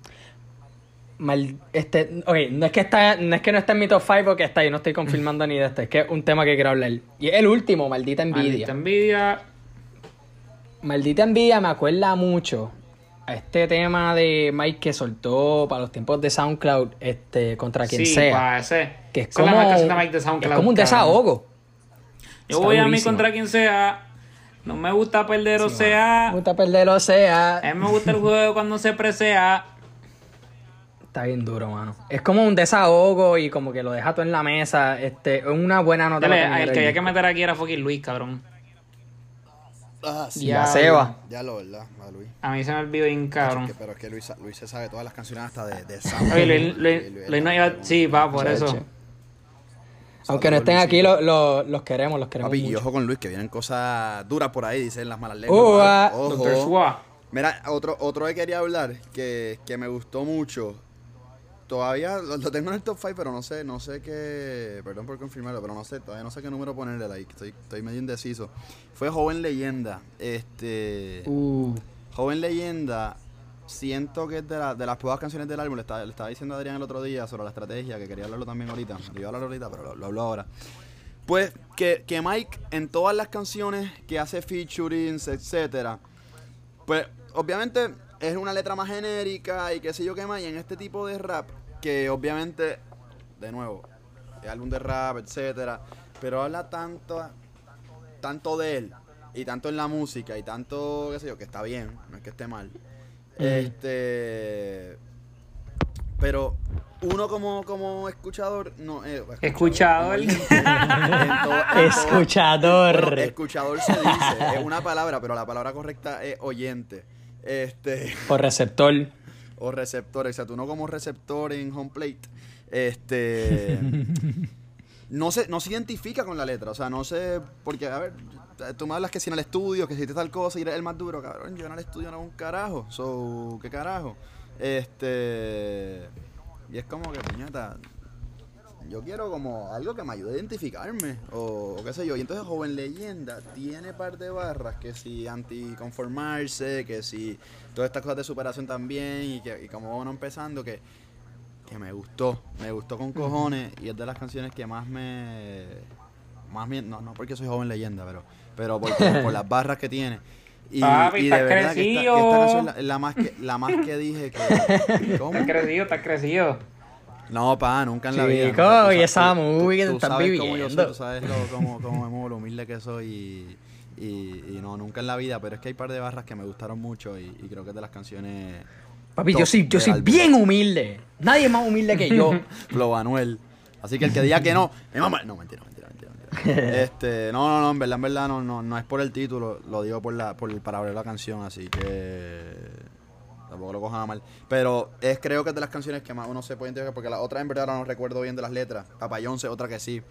No es que no está en mi top 5 porque está ahí, no estoy confirmando ni de esto, es que es un tema que quiero hablar. Y es el último, Maldita Envidia. Maldita Envidia me acuerda mucho a este tema de Mike que soltó para los tiempos de SoundCloud, contra quien sea. Que es como, es como un desahogo. Yo voy a mí contra quien sea. No me gusta perder, sí, me gusta perder, A mí me gusta el juego cuando se presea. Está bien duro, mano. Es como un desahogo y como que lo deja todo en la mesa. Una buena nota. El que había que meter aquí era fucking Luis, cabrón. Ah, sí. Ya se va. Ya lo, ¿verdad? A Luis. A mí se me olvidó bien, cabrón. Pero es que Luis se sabe todas las canciones hasta de Sam. Oye, Luis no iba... Sí, va, por eso. Aunque no estén aquí, los queremos Papi, mucho. Y ojo con Luis, que vienen cosas duras por ahí, dicen las malas lenguas. Doctor Schwa. Mira, otro que quería hablar, que me gustó mucho. Todavía lo tengo en el top 5, pero no sé qué... Perdón por confirmarlo, pero todavía no sé qué número ponerle, like. Estoy medio indeciso. Fue Joven Leyenda. Joven Leyenda, siento que es de las pocas canciones del álbum. Le estaba diciendo a Adrián el otro día sobre la estrategia, que quería hablarlo también ahorita. Lo iba a hablar ahorita, pero lo hablo ahora. Pues que Mike, en todas las canciones que hace featurings, etcétera, pues obviamente es una letra más genérica y qué sé yo qué más, y en este tipo de rap, que obviamente, de nuevo, es álbum de rap, etcétera, pero habla tanto de él, y tanto en la música, y tanto, qué sé yo, que está bien, no es que esté mal. Pero uno como escuchador, no, escuchador. Escuchador. Bueno, escuchador se dice, es una palabra, pero la palabra correcta es oyente. O receptor. O receptor, exacto. Uno como receptor en home plate, no se identifica con la letra. O sea, no sé, porque, a ver, tú me hablas que si en el estudio, que si te tal cosa y eres el más duro, cabrón, yo en el estudio no hago un carajo. ¿Qué carajo? Y es como que, puñeta, yo quiero como algo que me ayude a identificarme, o qué sé yo. Y entonces Joven Leyenda tiene par de barras que si anticonformarse, que si todas estas cosas de superación también, y como uno empezando, que me gustó con cojones, y es de las canciones que más no porque soy Joven Leyenda, pero por las barras que tiene. Y, Papi, y de estás verdad crecido. que esta canción es la más que dije que... ¿Cómo? Estás crecido. No, nunca en la vida. Chico, y esa movie que te estás viviendo. Cómo yo soy, tú sabes cómo me muevo, lo humilde que soy, y no, nunca en la vida, pero es que hay un par de barras que me gustaron mucho, y creo que es de las canciones... Papi, yo soy bien humilde. Nadie es más humilde que yo. Flo Anuel. Así que el que diga que no, me mama. No, mentira. No, en verdad no es por el título, lo digo para abrir la canción, así que tampoco lo cojan a mal. Pero creo que es de las canciones que más uno se puede identificar, porque la otra en verdad no recuerdo bien de las letras. Papayonce, otra que sí.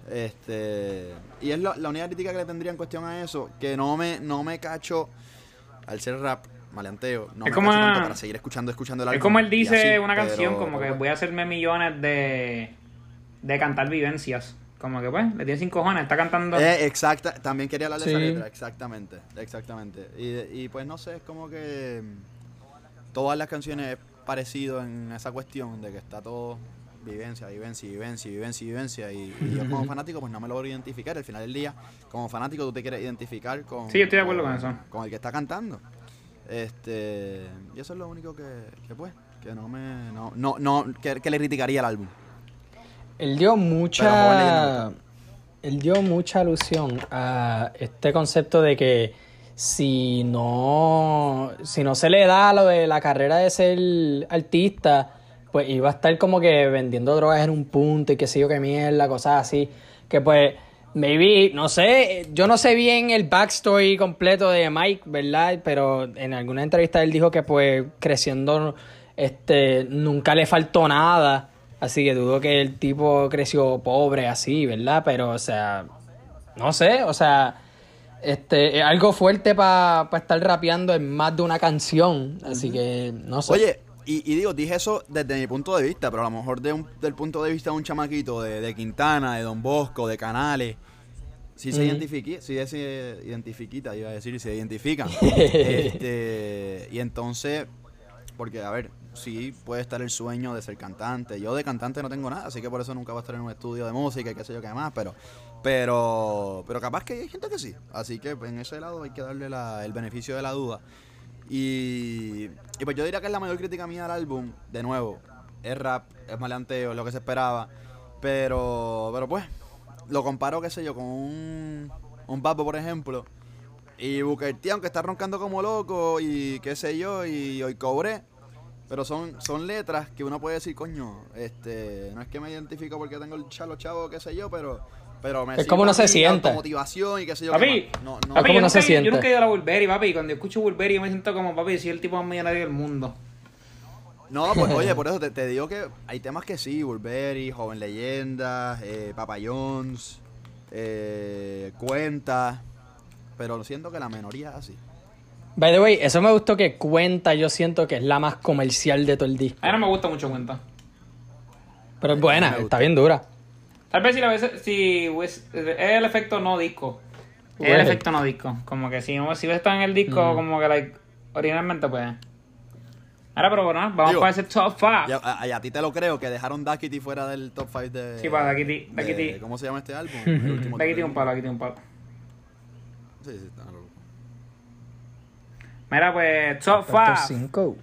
Y es la única crítica que le tendría en cuestión a eso, que no me cacho al ser rap. Maleanteo, no es me como cacho tanto para seguir escuchando el álbum. Es como él dice así, una canción, como que bueno. voy a hacerme millones de cantar vivencias. Como que pues, le tiene 5 cojones, está cantando. Exacta, también quería hablar de esa Sí. letra, exactamente. Y pues no sé, es como que todas las canciones es parecido en esa cuestión de que está todo vivencia, y yo como fanático pues no me logro identificar. Al final del día, como fanático tú te quieres identificar con... Sí, yo estoy de acuerdo con eso. Con el que está cantando. Y eso es lo único que pues, que que le criticaría al álbum. Él dio mucha alusión a este concepto de que si no se le da lo de la carrera de ser artista, pues iba a estar como que vendiendo drogas en un punto y qué sé yo qué mierda, cosas así. Que pues, maybe, no sé, yo no sé bien el backstory completo de Mike, ¿verdad? Pero en alguna entrevista él dijo que pues creciendo nunca le faltó nada. Así que dudo que el tipo creció pobre así, ¿verdad? Pero, o sea, no sé, o sea, es algo fuerte para estar rapeando en más de una canción. Así que, no sé. Oye, y digo, dije eso desde mi punto de vista, pero a lo mejor del punto de vista de un chamaquito de Quintana, de Don Bosco, de Canales, si se identifiquita, iba a decir, se identifican. Y entonces, porque, a ver, sí puede estar el sueño de ser cantante. Yo de cantante no tengo nada, así que por eso nunca voy a estar en un estudio de música y qué sé yo qué más, pero capaz que hay gente que sí. Así que en ese lado hay que darle el beneficio de la duda. Y pues yo diría que es la mayor crítica mía al álbum. De nuevo, es rap, es maleanteo, es lo que se esperaba. Pero pues, lo comparo, qué sé yo, con un Babo, por ejemplo. Y Booker T, aunque está roncando como loco y qué sé yo, y hoy cobré. Pero son letras que uno puede decir, coño, no es que me identifico porque tengo el chavo, qué sé yo, pero me es como uno se siente. Motivación y qué sé yo. Papi, no. Papi, ¿cómo no se siente? Yo nunca he ido a la Burberry, papi, y cuando escucho Burberry yo me siento como, papi, soy el tipo más millonario del mundo. No, pues oye, por eso te digo que hay temas que sí, Burberry, Joven Leyenda, Papa John's, Cuenta, pero siento que la minoría es así. By the way, eso me gustó que Cuenta, yo siento que es la más comercial de todo el disco. A mí no me gusta mucho Cuenta. Pero es buena, está bien dura. Tal vez es el efecto no disco. Es el efecto no disco. Como que si ves esto en el disco, como que originalmente pues. Ahora, pero bueno, vamos para ese top 5. A ti te lo creo, que dejaron Daquiti fuera del top 5 de... Sí, para Daquiti. ¿Cómo se llama este álbum? Daquiti un palo. Sí, está loco. Mira, pues, top 5.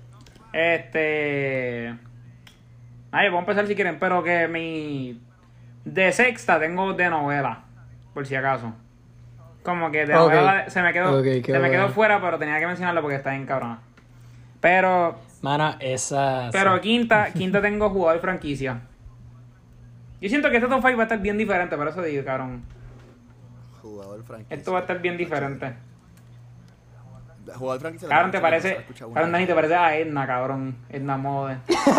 Ay, vamos a empezar si quieren, pero que de sexta tengo de novela, por si acaso. Como que de novela se me quedó fuera, pero tenía que mencionarlo porque está bien cabrona. Pero... Mano, esa... Pero quinta tengo jugador franquicia. Yo siento que este top 5 va a estar bien diferente, por eso digo, cabrón. Jugador franquicia. Esto va a estar bien diferente. Jugador franquicia. Cabrón, Dani, te parece a Edna, cabrón. Edna Mode.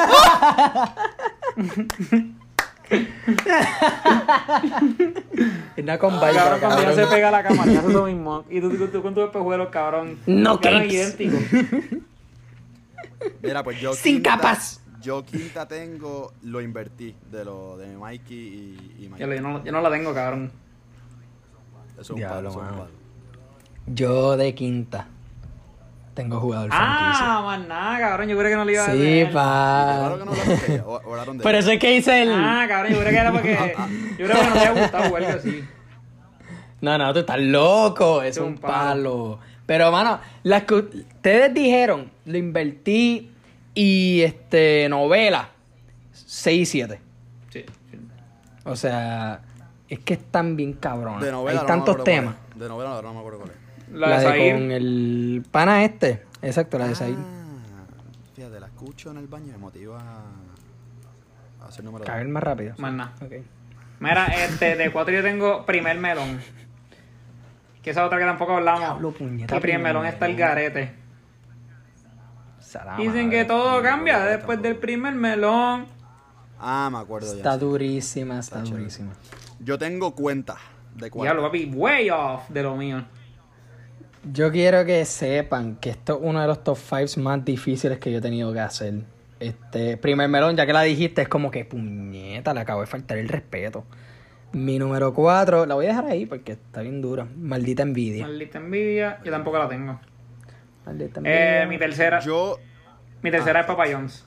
Edna con Cabrón, Viper, cuando ya se pega a la cámara, hace lo mismo. Y tú con tus espejuelos, cabrón. No cabrón, cakes. idéntico. Mira, pues yo Sin capas. Yo quinta tengo, lo invertí de lo de Mikey y Mikey. Yo no la tengo, cabrón. Eso es un Diablo, palo, eso es un mano. palo. Yo de quinta tengo jugador Ah, más nada, cabrón. Yo creo que no le iba a franquicia. decir. Sí, Claro pa. que no hablaron de ella, o hablaron de Por ella. eso es que hice el... Ah, cabrón, yo creo que era porque. Yo creo que no le había gustado o algo así. No, tú estás loco, es Es un un palo. Pero, mano, las que ustedes dijeron, lo invertí y novela, 6 y 7. Sí. O sea, es que están bien cabrones. De novela Hay no me tantos acuerdo cuál temas. es. De novela no me acuerdo cuál es. La La de de Zahir. con el pana exacto, la de Zahir. Fíjate, la escucho en el baño y me motiva a hacer número Caer más rápido. Más nada. Ok. Mira, de 4 yo tengo Primer Melón. Que esa otra que tampoco hablamos. Diablo, puñeta, Y Primer Melón Primer está el Melón. garete. Salama, Dicen que madre. todo no, cambia no, después tampoco. del Primer Melón. Ah, me acuerdo ya. Está sí. durísima, está Está chévere. durísima. Yo tengo cuenta de cuatro. Diablo, papi, way off de lo mío. Yo quiero que sepan que esto es uno de los top 5 más difíciles que yo he tenido que hacer. Primer Melón, ya que la dijiste, es como que puñeta, le acabo de faltar el respeto. Mi número 4, la voy a dejar ahí porque está bien dura. Maldita envidia. Maldita envidia. Yo tampoco la tengo. Maldita envidia. Mi tercera. Yo, Mi tercera es Papa John's.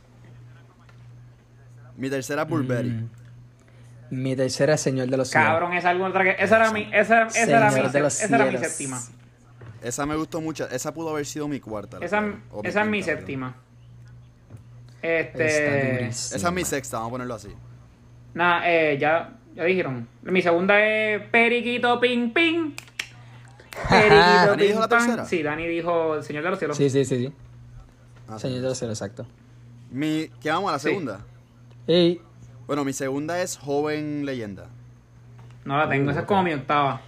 mi tercera es Burberry. Mi tercera es Señor de los Cielos. Cabrón, esa alguna otra que. Esa era mi. Esa era Señor de los esa era mi cielos. séptima. Esa me gustó mucho. Esa pudo haber sido mi cuarta. Esa o es mi quinta, séptima. Está durísima. Esa es mi sexta, vamos a ponerlo así. Nada, ya dijeron. Mi segunda es Periquito Ping Ping. Periquito ¿Dani Ping dijo la Pang. tercera? Sí, Dani dijo El Señor de los Cielos. Sí. Ah, Señor sí. de los Cielos, exacto. ¿Qué vamos a la Sí. segunda? Y Bueno, mi segunda es Joven Leyenda. No la tengo, esa es como mi octava.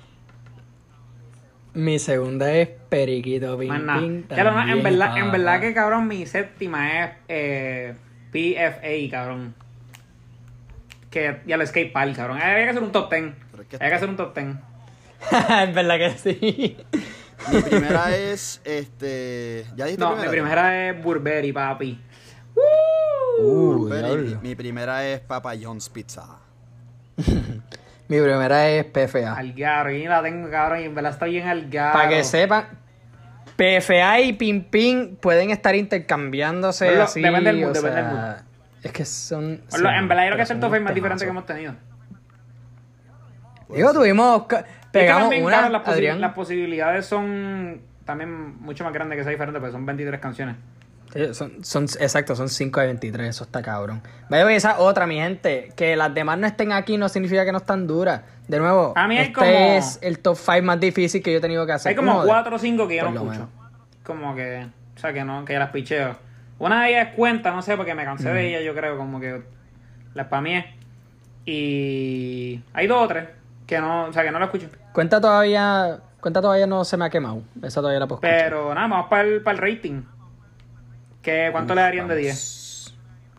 mi segunda es Periquito Ping Más nada. Ping. Ya lo más, en también, verdad papá. que cabrón, mi séptima es PFA, cabrón. Que ya lo skate park, cabrón. Había que hacer un top 10. Pero es que- Había que hacer un top 10. Es verdad que sí. Mi primera es, ¿ya dijiste No, mi primera es Burberry, papi. Burberry. diablo. Mi primera es Papa John's Pizza. Mi primera es PFA. Algaro, y la tengo, cabrón, y en verdad está bien Algaro. Para que sepan, PFA y Ping Ping pueden estar intercambiándose Bueno, así. depende del mood, o depende del sea, es que son. Bueno, en verdad, yo creo que es son el top 5 más unos diferente que temazos. hemos tenido. Digo, tuvimos. Pegamos también, una, cabrón, Adrián. las posibilidades son también mucho más grandes que sea diferente, porque son 23 canciones. Exacto, son 5 de 23, eso está cabrón. Vaya, esa otra, mi gente, que las demás no estén aquí no significa que no están duras. De nuevo, A mí hay este como- es el top 5 más difícil que yo he tenido que hacer. Hay como Uno de- 4 o 5 que yo no por lo escucho. menos. Como que, o sea, que no, que las picheo. Una de ellas es Cuenta, no sé, porque me cansé de ella, yo creo, como que la spameé. Y hay 2 o 3 que no, o sea, que no la escucho. Cuenta todavía no se me ha quemado. Esa todavía la puedo escuchar. Pero nada, vamos para el rating. ¿Cuánto le darían de 10?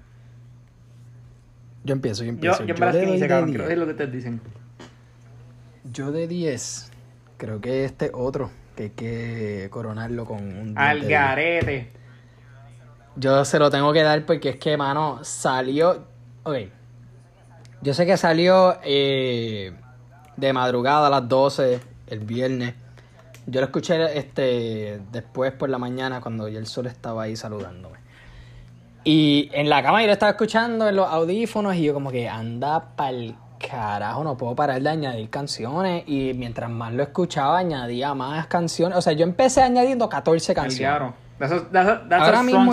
Yo empiezo. Yo en verdad le es que doy ni sé, de cabrón, 10. quiero decir lo que ustedes dicen. Yo de 10. Creo que este otro, que hay que coronarlo con un 10 de Al 10. garete. Yo se lo tengo que dar porque es que, mano, salió... Ok. Yo sé que salió de madrugada a las 12 el viernes. Yo lo escuché después por la mañana cuando ya el sol estaba ahí saludándome. Y en la cama yo lo estaba escuchando en los audífonos y yo como que anda pa'l carajo, no puedo parar de añadir canciones. Y mientras más lo escuchaba añadía más canciones. O sea, yo empecé añadiendo 14 Al canciones. garo. That's a Ahora strong mismo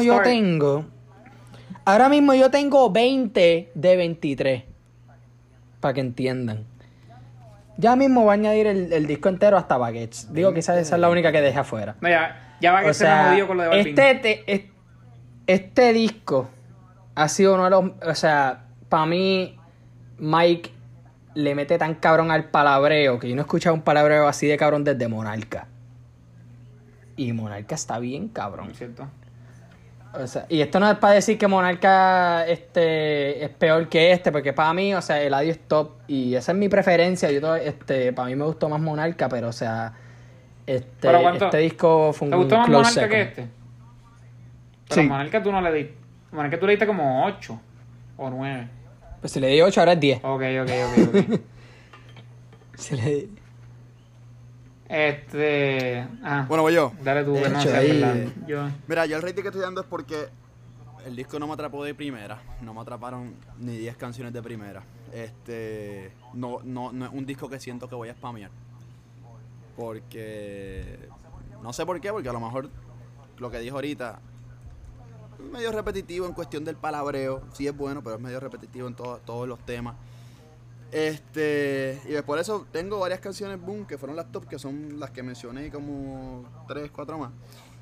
yo start. tengo 20 de 23. Para que entiendan. Ya mismo voy a añadir el disco entero hasta Baguettes. Digo, quizás esa es la única que dejé afuera. No, ya va que O se me sea, jodió con lo de Balvin. este disco ha sido uno de los... O sea, para mí, Mike le mete tan cabrón al palabreo que yo no he escuchado un palabreo así de cabrón desde Monarca. Y Monarca está bien cabrón. ¿Cierto? O sea, y esto no es para decir que Monarca es peor que porque para mí, o sea, Eladio es top y esa es mi preferencia. Para mí me gustó más Monarca, pero o sea, ¿Pero cuánto? este disco fue un ¿Te gustó más close Monarca second. que este? Pero Sí. Monarca tú no le di. Bueno, es que tú le diste como 8 o 9. Pues si le di 8, ahora es 10. Ok. Si le di... Bueno, voy yo. Dale tú, que no hecho, sé, ahí- ¿verdad? Yo... Mira, yo el rating que estoy dando es porque el disco no me atrapó de primera. No me atraparon ni 10 canciones de primera. No es un disco que siento que voy a spamear. Porque... No sé por qué, porque a lo mejor lo que dijo ahorita es medio repetitivo en cuestión del palabreo. Sí es bueno, pero es medio repetitivo en todos los temas. Y por eso tengo varias canciones boom que fueron las top, que son las que mencioné, como 3, 4 más.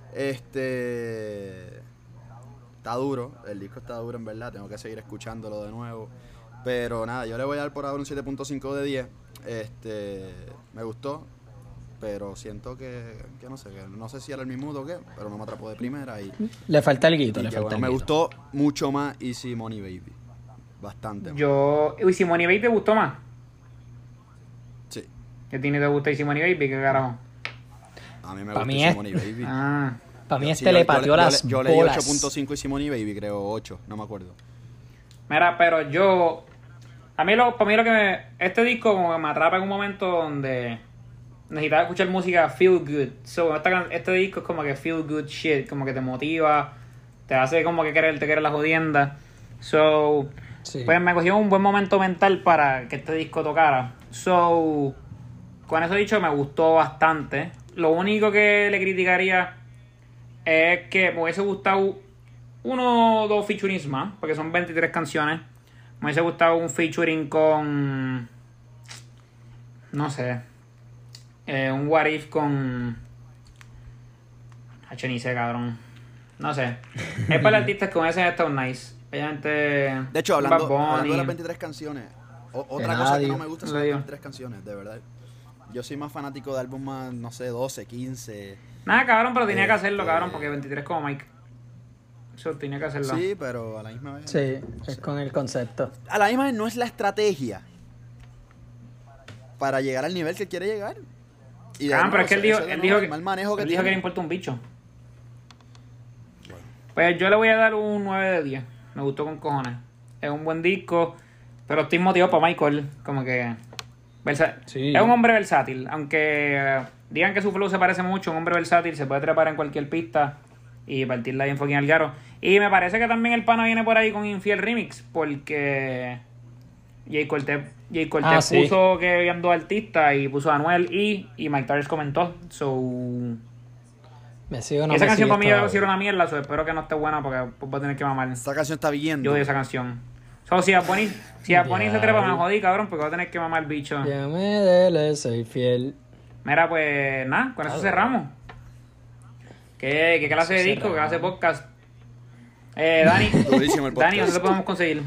Está duro, el disco está duro en verdad, tengo que seguir escuchándolo de nuevo. Pero nada, yo le voy a dar por ahora un 7.5 de 10. Me gustó, pero siento que no sé si era el mismo mood o qué, pero no me atrapó de primera y Le falta el guito, y le que, falta bueno, el me guito. gustó mucho más Easy Money Baby. Bastante más. Uy, Simone Baby te gustó más. Sí. ¿Qué tiene te gusta Simone Baby? ¿Qué carajo? A mí me Pa' gusta mí Easy es- Money Baby. Para mí Sí, este le pateó las yo leí bolas. 8.5 y Simone Baby, creo 8, no me acuerdo. Mira, pero para mí lo que este disco como que me atrapa en un momento donde necesitaba escuchar música feel good. So, este disco es como que feel good shit, como que te motiva, te hace como que querer la jodienda. So, Sí. pues me cogió un buen momento mental para que este disco tocara. So, con eso dicho, me gustó bastante. Lo único que le criticaría es que me hubiese gustado 1 o 2 featurings más, porque son 23 canciones. Me hubiese gustado un featuring con... No sé. Un What If con... Hacho, ni sé, cabrón. No sé. Es para artistas que hubiesen estado nice. Obviamente... De hecho, hablando de las 23 canciones, otra cosa que no me gusta son las Eladio. 23 canciones, de verdad. Yo soy más fanático de álbumes más, no sé, 12, 15. Nada, cabrón, pero tenía que hacerlo, cabrón, porque 23 como Mike. Eso tenía que hacerlo. Sí, pero a la misma vez. Sí, no es sé. con el concepto. A la misma vez no es la estrategia para llegar al nivel que quiere llegar. Y Ah, pero es que él dijo el mal manejo que él dijo que le tiene. importa un bicho. Pues yo le voy a dar un 9 de 10. Me gustó con cojones. Es un buen disco, pero estoy motivado para Michael. Como que... Sí. Es un hombre versátil. Aunque digan que su flow se parece mucho, un hombre versátil se puede trepar en cualquier pista y partirla bien fucking al garo. Y me parece que también el pana viene por ahí con Infiel Remix, porque Jay Cortez sí. puso que habían 2 artistas y puso a Anuel y Mike Towers comentó. So... Me sigo, Y no esa me canción sigue para mí va a todavía. ser una mierda, so espero que no esté buena porque pues voy a tener que mamar. Esta canción está bien. Yo odio esa canción. So, si a Bonnie se trepa me jodí, cabrón, porque voy a tener que mamar el bicho. Ya me dele, soy fiel. Mira, pues nada, con eso cerramos. ¿Qué clase de disco? ¿Qué clase de podcast? Dani, Durísimo el podcast. Dani, ¿dónde te podemos conseguir?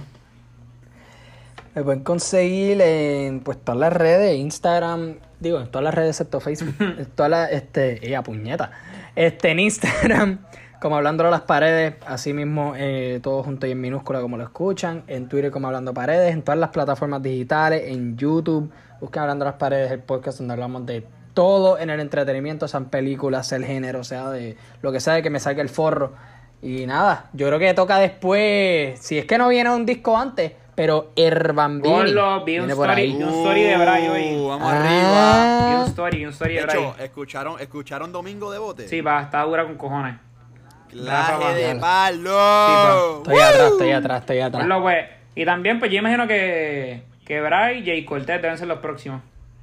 Me pueden conseguir en pues todas las redes, Instagram, digo, en todas las redes excepto Facebook, en todas las, puñeta. En Instagram, como Hablando a las Paredes, así mismo, todo junto y en minúscula como lo escuchan, en Twitter como Hablando Paredes, en todas las plataformas digitales, en YouTube, busquen Hablando a las Paredes, el podcast donde hablamos de todo en el entretenimiento, sean películas, sea el género, sea de lo que sea, de que me saque el forro. Y nada, yo creo que toca después, si es que no viene un disco antes, pero Herbambini Ponlo, vi un story de Bray hoy. Vamos arriba. Vi un story De de Bray. hecho, ¿escucharon Domingo de Bote? Sí, está dura con cojones. Clase de Sí, palo. Estoy atrás. Ponlo, pues. Y también, pues yo imagino que Bray y Jay Cortez deben ser los próximos.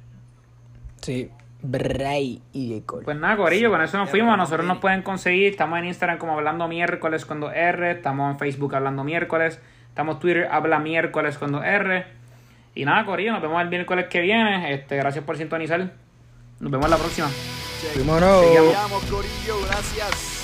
Sí, Bray y J. Pues nada, corillo, con eso nos fuimos. A nosotros nos pueden conseguir. Estamos en Instagram como Hablando Miércoles con 2R. Estamos en Facebook Hablando Miércoles. Estamos en Twitter Habla Miércoles con 2R. Y nada, corillo, nos vemos el miércoles que viene. Gracias por sintonizar. Nos vemos la próxima. Vámonos. Te llamo, corillo, gracias.